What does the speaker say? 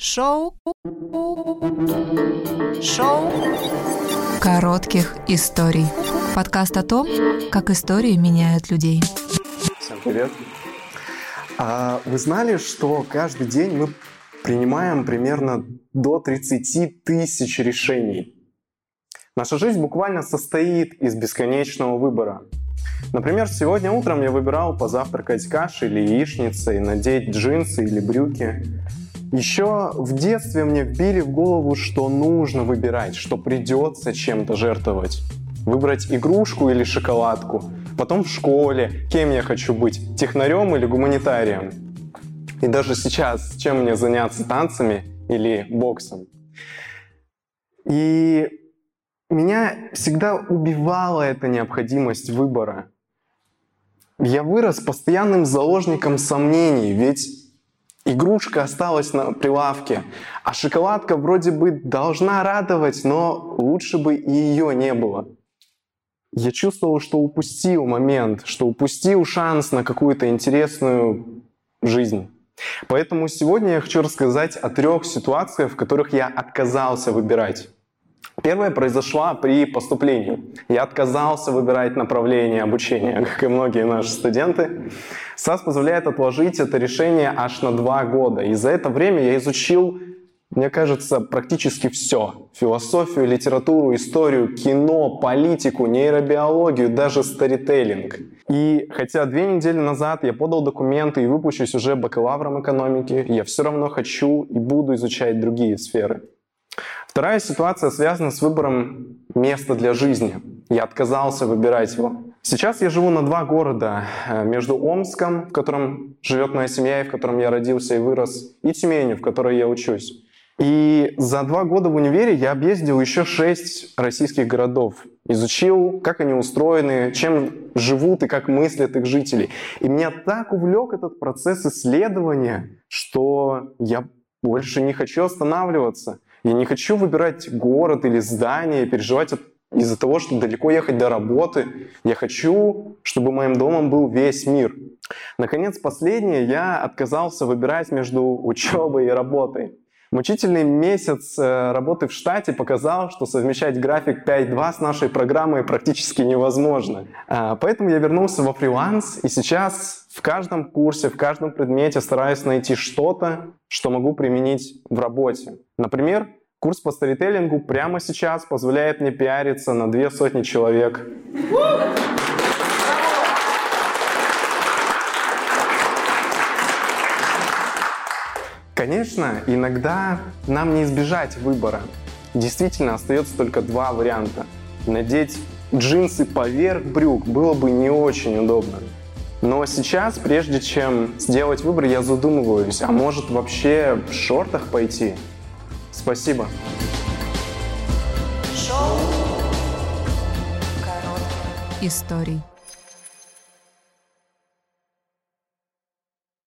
Шоу коротких историй. Подкаст о том, как истории меняют людей. Всем привет. Вы знали, что каждый день мы принимаем примерно до 30 тысяч решений? Наша жизнь буквально состоит из бесконечного выбора. Например, сегодня утром я выбирал позавтракать кашей или яичницей, надеть джинсы или брюки. Еще в детстве мне вбили в голову, что нужно выбирать, что придется чем-то жертвовать. Выбрать игрушку или шоколадку. Потом в школе, кем я хочу быть, технарем или гуманитарием. И даже сейчас, чем мне заняться, танцами или боксом. И меня всегда убивала эта необходимость выбора. Я вырос постоянным заложником сомнений, ведь игрушка осталась на прилавке, а шоколадка вроде бы должна радовать, но лучше бы и ее не было. Я чувствовал, что упустил момент, что упустил шанс на какую-то интересную жизнь. Поэтому сегодня я хочу рассказать о 3 ситуациях, в которых я отказался выбирать. Первая произошла при поступлении. Я отказался выбирать направление обучения, как и многие наши студенты. САС позволяет отложить это решение аж на 2 года. И за это время я изучил, мне кажется, практически все. Философию, литературу, историю, кино, политику, нейробиологию, даже сторителлинг. И хотя 2 недели назад я подал документы и выпущусь уже бакалавром экономики, я все равно хочу и буду изучать другие сферы. Вторая ситуация связана с выбором места для жизни. Я отказался выбирать его. Сейчас я живу на 2 города. Между Омском, в котором живет моя семья и в котором я родился и вырос, и Тюменью, в которой я учусь. И за 2 года в универе я объездил еще 6 российских городов. Изучил, как они устроены, чем живут и как мыслят их жители. И меня так увлек этот процесс исследования, что я больше не хочу останавливаться. Я не хочу выбирать город или здание, переживать из-за того, что далеко ехать до работы. Я хочу, чтобы моим домом был весь мир. Наконец, последнее, я отказался выбирать между учебой и работой. Мучительный месяц работы в штате показал, что совмещать график 5-2 с нашей программой практически невозможно. Поэтому я вернулся во фриланс, и сейчас в каждом курсе, в каждом предмете стараюсь найти что-то, что могу применить в работе. Например, курс по сторителлингу прямо сейчас позволяет мне пиариться на 200 человек. Конечно, иногда нам не избежать выбора. Действительно, остается только 2 варианта. Надеть джинсы поверх брюк было бы не очень удобно. Но сейчас, прежде чем сделать выбор, я задумываюсь, а может вообще в шортах пойти? Спасибо. Шоу коротких историй.